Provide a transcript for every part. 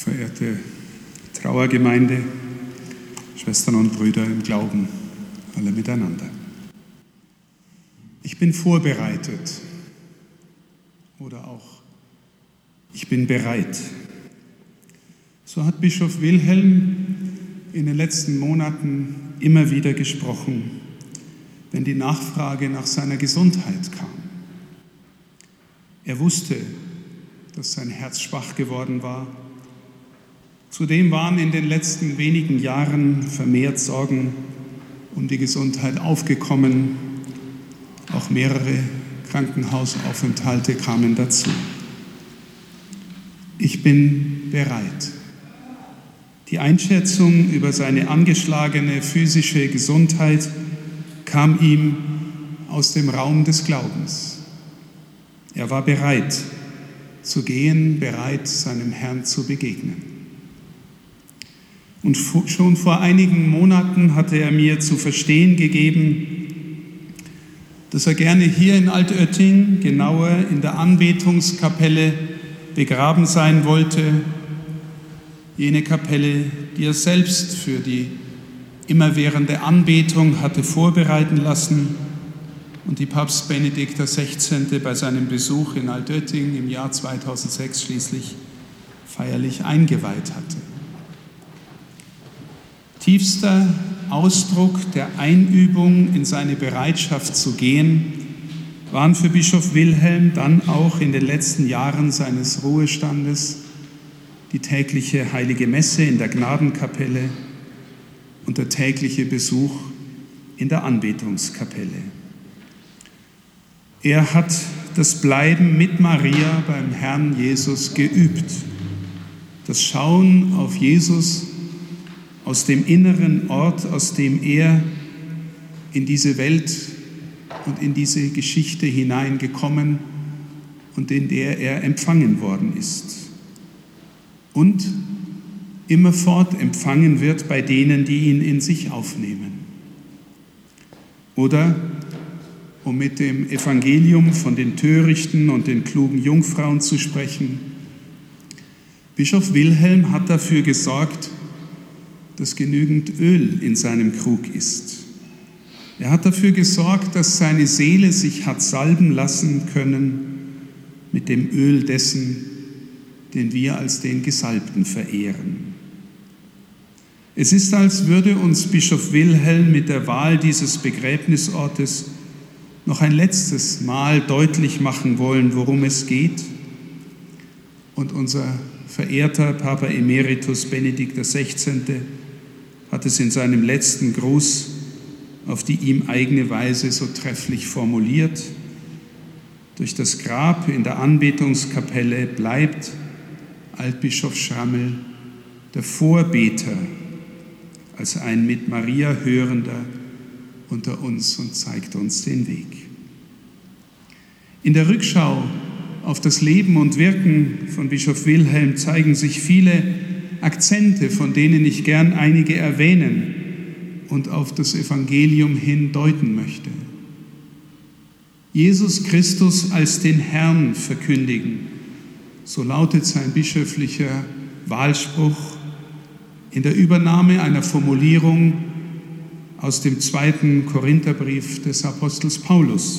Verehrte Trauergemeinde, Schwestern und Brüder im Glauben, alle miteinander. Ich bin vorbereitet oder auch ich bin bereit. So hat Bischof Wilhelm in den letzten Monaten immer wieder gesprochen, wenn die Nachfrage nach seiner Gesundheit kam. Er wusste, dass sein Herz schwach geworden war. Zudem waren in den letzten wenigen Jahren vermehrt Sorgen um die Gesundheit aufgekommen. Auch mehrere Krankenhausaufenthalte kamen dazu. Ich bin bereit. Die Einschätzung über seine angeschlagene physische Gesundheit kam ihm aus dem Raum des Glaubens. Er war bereit zu gehen, bereit, seinem Herrn zu begegnen. Und schon vor einigen Monaten hatte er mir zu verstehen gegeben, dass er gerne hier in Altötting, genauer in der Anbetungskapelle, begraben sein wollte. Jene Kapelle, die er selbst für die immerwährende Anbetung hatte vorbereiten lassen und die Papst Benedikt XVI. Bei seinem Besuch in Altötting im Jahr 2006 schließlich feierlich eingeweiht hatte. Tiefster Ausdruck der Einübung in seine Bereitschaft zu gehen, waren für Bischof Wilhelm dann auch in den letzten Jahren seines Ruhestandes die tägliche Heilige Messe in der Gnadenkapelle und der tägliche Besuch in der Anbetungskapelle. Er hat das Bleiben mit Maria beim Herrn Jesus geübt, das Schauen auf Jesus aus dem inneren Ort, aus dem er in diese Welt und in diese Geschichte hineingekommen und in der er empfangen worden ist. Und immerfort empfangen wird bei denen, die ihn in sich aufnehmen. Oder, um mit dem Evangelium von den törichten und den klugen Jungfrauen zu sprechen, Bischof Wilhelm hat dafür gesorgt, dass genügend Öl in seinem Krug ist. Er hat dafür gesorgt, dass seine Seele sich hat salben lassen können mit dem Öl dessen, den wir als den Gesalbten verehren. Es ist, als würde uns Bischof Wilhelm mit der Wahl dieses Begräbnisortes noch ein letztes Mal deutlich machen wollen, worum es geht. Und unser verehrter Papa Emeritus Benedikt XVI. Hat es in seinem letzten Gruß auf die ihm eigene Weise so trefflich formuliert: Durch das Grab in der Anbetungskapelle bleibt Altbischof Schrammel der Vorbeter als ein mit Maria Hörender unter uns und zeigt uns den Weg. In der Rückschau auf das Leben und Wirken von Bischof Wilhelm zeigen sich viele Akzente, von denen ich gern einige erwähnen und auf das Evangelium hin deuten möchte. Jesus Christus als den Herrn verkündigen, so lautet sein bischöflicher Wahlspruch in der Übernahme einer Formulierung aus dem 2. Korintherbrief des Apostels Paulus.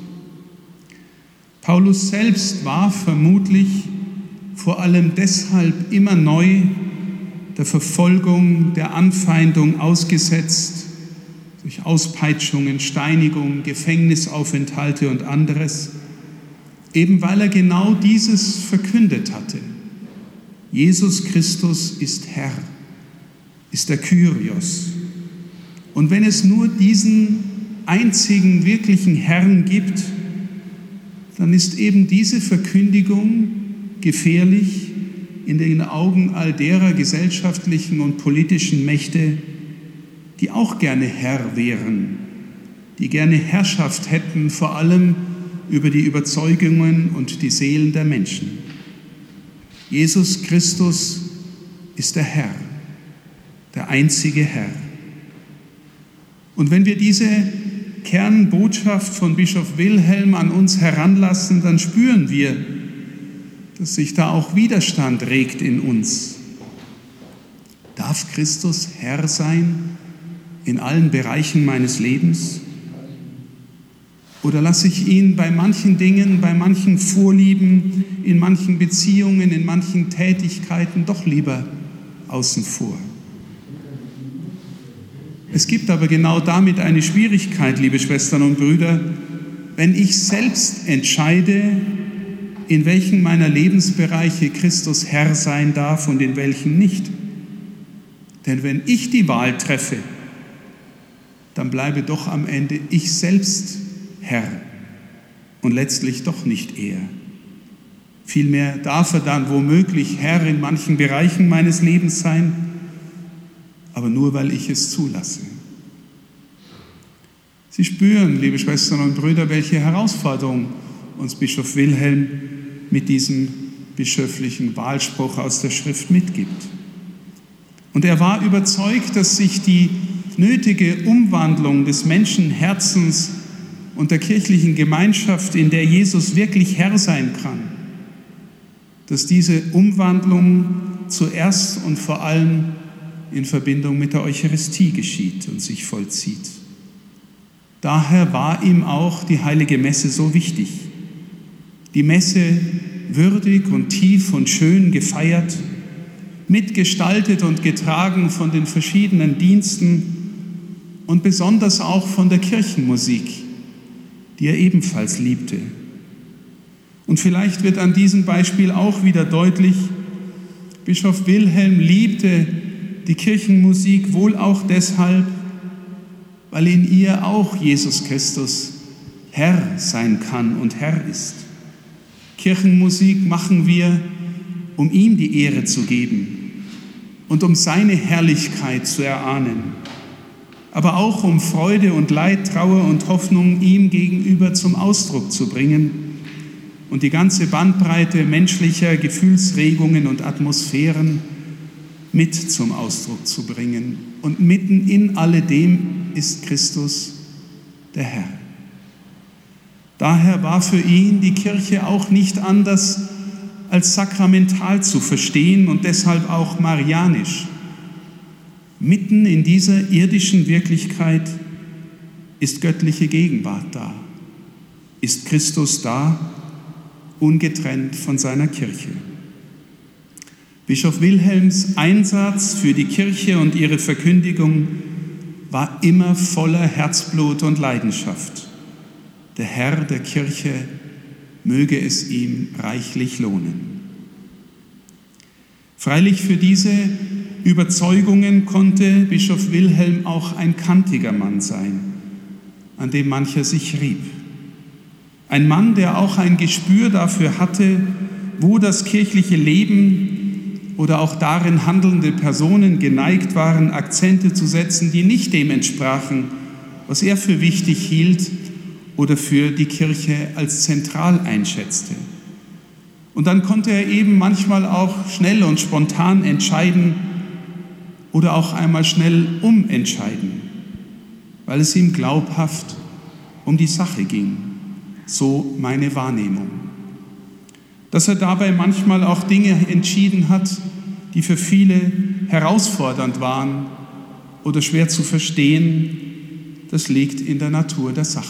Paulus selbst war vermutlich vor allem deshalb immer neu der Verfolgung, der Anfeindung ausgesetzt, durch Auspeitschungen, Steinigung, Gefängnisaufenthalte und anderes, eben weil er genau dieses verkündet hatte. Jesus Christus ist Herr, ist der Kyrios. Und wenn es nur diesen einzigen wirklichen Herrn gibt, dann ist eben diese Verkündigung gefährlich in den Augen all derer gesellschaftlichen und politischen Mächte, die auch gerne Herr wären, die gerne Herrschaft hätten, vor allem über die Überzeugungen und die Seelen der Menschen. Jesus Christus ist der Herr, der einzige Herr. Und wenn wir diese Kernbotschaft von Bischof Wilhelm an uns heranlassen, dann spüren wir, dass sich da auch Widerstand regt in uns. Darf Christus Herr sein in allen Bereichen meines Lebens? Oder lasse ich ihn bei manchen Dingen, bei manchen Vorlieben, in manchen Beziehungen, in manchen Tätigkeiten doch lieber außen vor? Es gibt aber genau damit eine Schwierigkeit, liebe Schwestern und Brüder, wenn ich selbst entscheide, in welchen meiner Lebensbereiche Christus Herr sein darf und in welchen nicht. Denn wenn ich die Wahl treffe, dann bleibe doch am Ende ich selbst Herr und letztlich doch nicht er. Vielmehr darf er dann womöglich Herr in manchen Bereichen meines Lebens sein, aber nur, weil ich es zulasse. Sie spüren, liebe Schwestern und Brüder, welche Herausforderung uns Bischof Wilhelm mit diesem bischöflichen Wahlspruch aus der Schrift mitgibt. Und er war überzeugt, dass sich die nötige Umwandlung des Menschenherzens und der kirchlichen Gemeinschaft, in der Jesus wirklich Herr sein kann, dass diese Umwandlung zuerst und vor allem in Verbindung mit der Eucharistie geschieht und sich vollzieht. Daher war ihm auch die Heilige Messe so wichtig. Die Messe würdig und tief und schön gefeiert, mitgestaltet und getragen von den verschiedenen Diensten und besonders auch von der Kirchenmusik, die er ebenfalls liebte. Und vielleicht wird an diesem Beispiel auch wieder deutlich, Bischof Wilhelm liebte die Kirchenmusik wohl auch deshalb, weil in ihr auch Jesus Christus Herr sein kann und Herr ist. Kirchenmusik machen wir, um ihm die Ehre zu geben und um seine Herrlichkeit zu erahnen, aber auch um Freude und Leid, Trauer und Hoffnung ihm gegenüber zum Ausdruck zu bringen und die ganze Bandbreite menschlicher Gefühlsregungen und Atmosphären mit zum Ausdruck zu bringen. Und mitten in alledem ist Christus der Herr. Daher war für ihn die Kirche auch nicht anders als sakramental zu verstehen und deshalb auch marianisch. Mitten in dieser irdischen Wirklichkeit ist göttliche Gegenwart da, ist Christus da, ungetrennt von seiner Kirche. Bischof Wilhelms Einsatz für die Kirche und ihre Verkündigung war immer voller Herzblut und Leidenschaft. Der Herr der Kirche möge es ihm reichlich lohnen. Freilich für diese Überzeugungen konnte Bischof Wilhelm auch ein kantiger Mann sein, an dem mancher sich rieb. Ein Mann, der auch ein Gespür dafür hatte, wo das kirchliche Leben oder auch darin handelnde Personen geneigt waren, Akzente zu setzen, die nicht dem entsprachen, was er für wichtig hielt oder für die Kirche als zentral einschätzte. Und dann konnte er eben manchmal auch schnell und spontan entscheiden oder auch einmal schnell umentscheiden, weil es ihm glaubhaft um die Sache ging. So meine Wahrnehmung. Dass er dabei manchmal auch Dinge entschieden hat, die für viele herausfordernd waren oder schwer zu verstehen, das liegt in der Natur der Sache.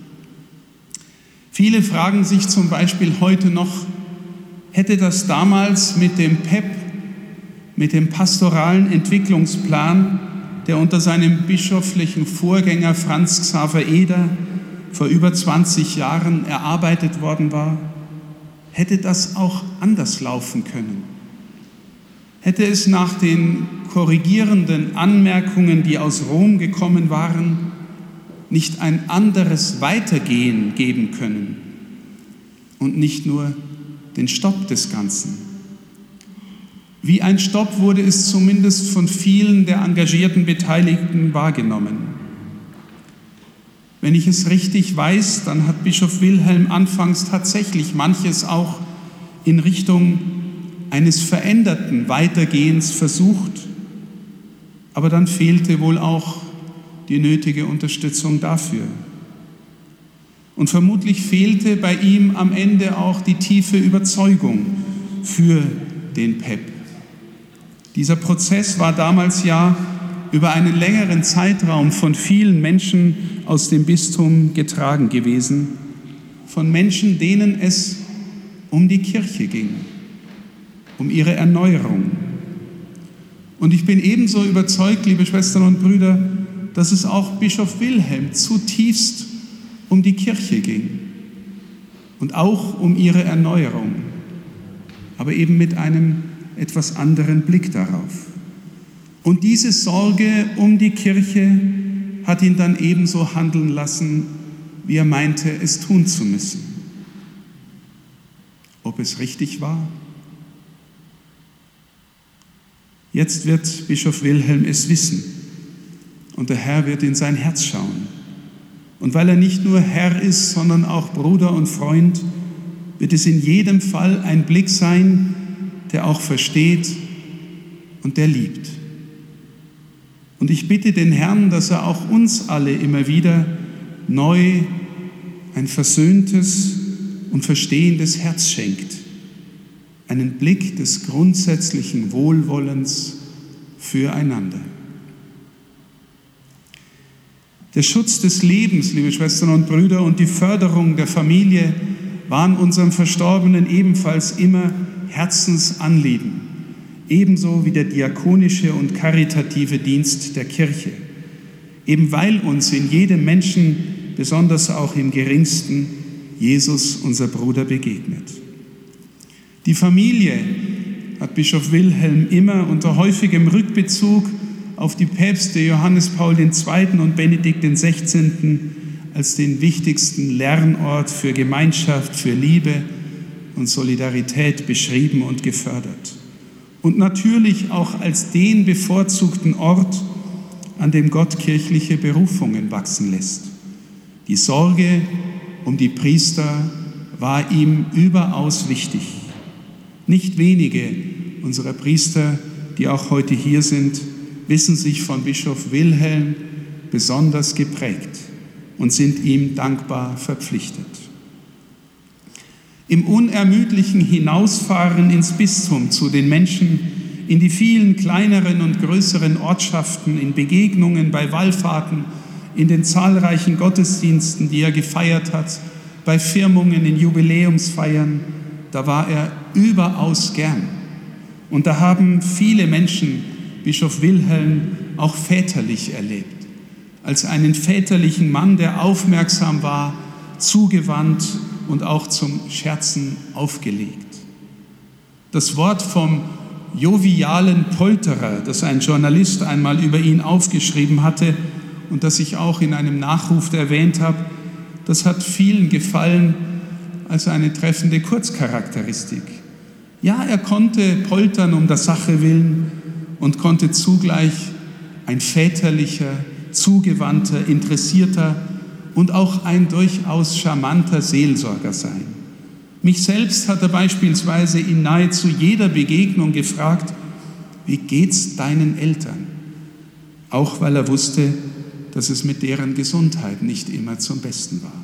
Viele fragen sich zum Beispiel heute noch, hätte das damals mit dem PEP, mit dem pastoralen Entwicklungsplan, der unter seinem bischöflichen Vorgänger Franz Xaver Eder vor über 20 Jahren erarbeitet worden war, hätte das auch anders laufen können? Hätte es nach den korrigierenden Anmerkungen, die aus Rom gekommen waren, nicht ein anderes Weitergehen geben können und nicht nur den Stopp des Ganzen? Wie ein Stopp wurde es zumindest von vielen der engagierten Beteiligten wahrgenommen. Wenn ich es richtig weiß, dann hat Bischof Wilhelm anfangs tatsächlich manches auch in Richtung eines veränderten Weitergehens versucht, aber dann fehlte wohl auch die nötige Unterstützung dafür. Und vermutlich fehlte bei ihm am Ende auch die tiefe Überzeugung für den PEP. Dieser Prozess war damals ja über einen längeren Zeitraum von vielen Menschen aus dem Bistum getragen gewesen, von Menschen, denen es um die Kirche ging, um ihre Erneuerung. Und ich bin ebenso überzeugt, liebe Schwestern und Brüder, dass es auch Bischof Wilhelm zutiefst um die Kirche ging und auch um ihre Erneuerung, aber eben mit einem etwas anderen Blick darauf. Und diese Sorge um die Kirche hat ihn dann ebenso handeln lassen, wie er meinte, es tun zu müssen. Ob es richtig war? Jetzt wird Bischof Wilhelm es wissen und der Herr wird in sein Herz schauen. Und weil er nicht nur Herr ist, sondern auch Bruder und Freund, wird es in jedem Fall ein Blick sein, der auch versteht und der liebt. Und ich bitte den Herrn, dass er auch uns alle immer wieder neu ein versöhntes und verstehendes Herz schenkt, einen Blick des grundsätzlichen Wohlwollens füreinander. Der Schutz des Lebens, liebe Schwestern und Brüder, und die Förderung der Familie waren unserem Verstorbenen ebenfalls immer Herzensanliegen, ebenso wie der diakonische und karitative Dienst der Kirche, eben weil uns in jedem Menschen, besonders auch im Geringsten, Jesus, unser Bruder, begegnet. Die Familie hat Bischof Wilhelm immer unter häufigem Rückbezug auf die Päpste Johannes Paul II. Und Benedikt XVI. Als den wichtigsten Lernort für Gemeinschaft, für Liebe und Solidarität beschrieben und gefördert. Und natürlich auch als den bevorzugten Ort, an dem Gott kirchliche Berufungen wachsen lässt. Die Sorge um die Priester war ihm überaus wichtig. Nicht wenige unserer Priester, die auch heute hier sind, wissen sich von Bischof Wilhelm besonders geprägt und sind ihm dankbar verpflichtet. Im unermüdlichen Hinausfahren ins Bistum zu den Menschen, in die vielen kleineren und größeren Ortschaften, in Begegnungen, bei Wallfahrten, in den zahlreichen Gottesdiensten, die er gefeiert hat, bei Firmungen, in Jubiläumsfeiern, da war er überaus gern. Und da haben viele Menschen Bischof Wilhelm auch väterlich erlebt, als einen väterlichen Mann, der aufmerksam war, zugewandt und auch zum Scherzen aufgelegt. Das Wort vom jovialen Polterer, das ein Journalist einmal über ihn aufgeschrieben hatte und das ich auch in einem Nachruf erwähnt habe, das hat vielen gefallen als eine treffende Kurzcharakteristik. Ja, er konnte poltern um der Sache willen und konnte zugleich ein väterlicher, zugewandter, interessierter und auch ein durchaus charmanter Seelsorger sein. Mich selbst hat er beispielsweise in nahezu jeder Begegnung gefragt, wie geht's deinen Eltern? Auch weil er wusste, dass es mit deren Gesundheit nicht immer zum Besten war.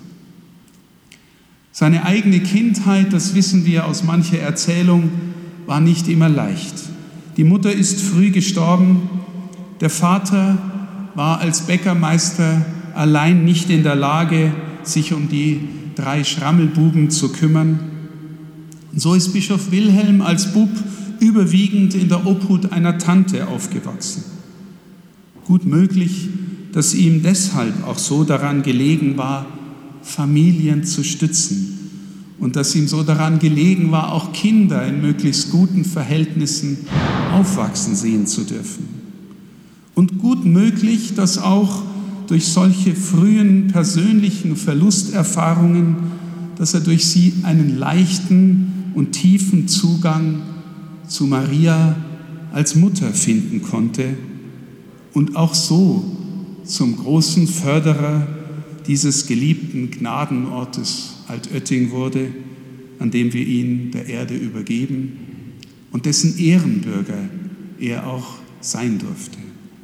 Seine eigene Kindheit, das wissen wir aus mancher Erzählung, war nicht immer leicht. Die Mutter ist früh gestorben, der Vater war als Bäckermeister allein nicht in der Lage, sich um die 3 Schrammelbuben zu kümmern. Und so ist Bischof Wilhelm als Bub überwiegend in der Obhut einer Tante aufgewachsen. Gut möglich, dass ihm deshalb auch so daran gelegen war, Familien zu stützen und dass ihm so daran gelegen war, auch Kinder in möglichst guten Verhältnissen aufwachsen sehen zu dürfen. Und gut möglich, dass auch durch solche frühen persönlichen Verlusterfahrungen, dass er durch sie einen leichten und tiefen Zugang zu Maria als Mutter finden konnte und auch so zum großen Förderer dieses geliebten Gnadenortes Altötting wurde, an dem wir ihn der Erde übergeben und dessen Ehrenbürger er auch sein durfte.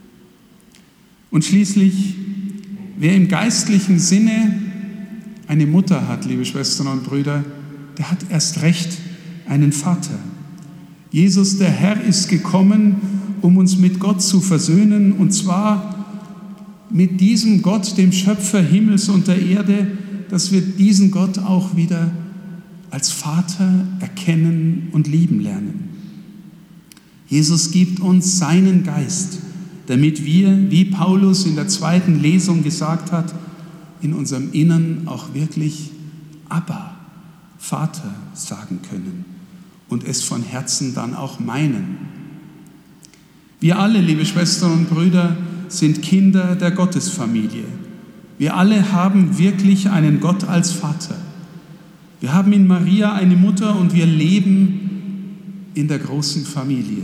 Und schließlich, wer im geistlichen Sinne eine Mutter hat, liebe Schwestern und Brüder, der hat erst recht einen Vater. Jesus, der Herr, ist gekommen, um uns mit Gott zu versöhnen, und zwar mit diesem Gott, dem Schöpfer Himmels und der Erde, dass wir diesen Gott auch wieder als Vater erkennen und lieben lernen. Jesus gibt uns seinen Geist, damit wir, wie Paulus in der 2. Lesung gesagt hat, in unserem Innern auch wirklich Abba, Vater, sagen können und es von Herzen dann auch meinen. Wir alle, liebe Schwestern und Brüder, sind Kinder der Gottesfamilie. Wir alle haben wirklich einen Gott als Vater. Wir haben in Maria eine Mutter und wir leben in der großen Familie.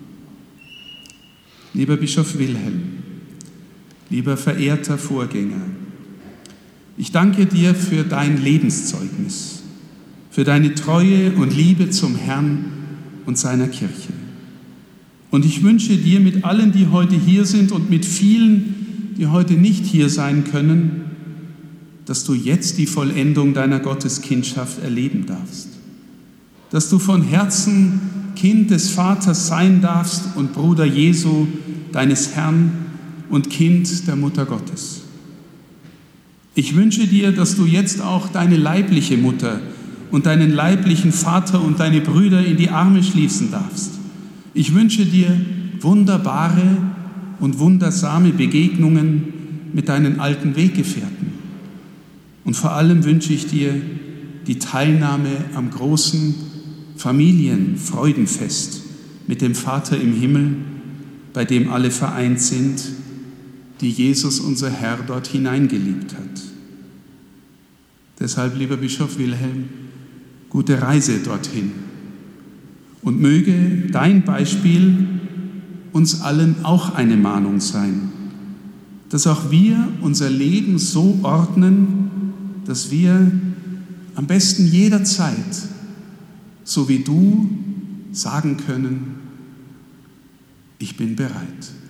Lieber Bischof Wilhelm, lieber verehrter Vorgänger, ich danke dir für dein Lebenszeugnis, für deine Treue und Liebe zum Herrn und seiner Kirche. Und ich wünsche dir mit allen, die heute hier sind und mit vielen, die heute nicht hier sein können, dass du jetzt die Vollendung deiner Gotteskindschaft erleben darfst. Dass du von Herzen Kind des Vaters sein darfst und Bruder Jesu, deines Herrn, und Kind der Mutter Gottes. Ich wünsche dir, dass du jetzt auch deine leibliche Mutter und deinen leiblichen Vater und deine Brüder in die Arme schließen darfst. Ich wünsche dir wunderbare und wundersame Begegnungen mit deinen alten Weggefährten. Und vor allem wünsche ich dir die Teilnahme am großen Familienfreudenfest mit dem Vater im Himmel, bei dem alle vereint sind, die Jesus, unser Herr, dort hineingeliebt hat. Deshalb, lieber Bischof Wilhelm, gute Reise dorthin. Und möge dein Beispiel uns allen auch eine Mahnung sein, dass auch wir unser Leben so ordnen, dass wir am besten jederzeit, so wie du, sagen können, ich bin bereit.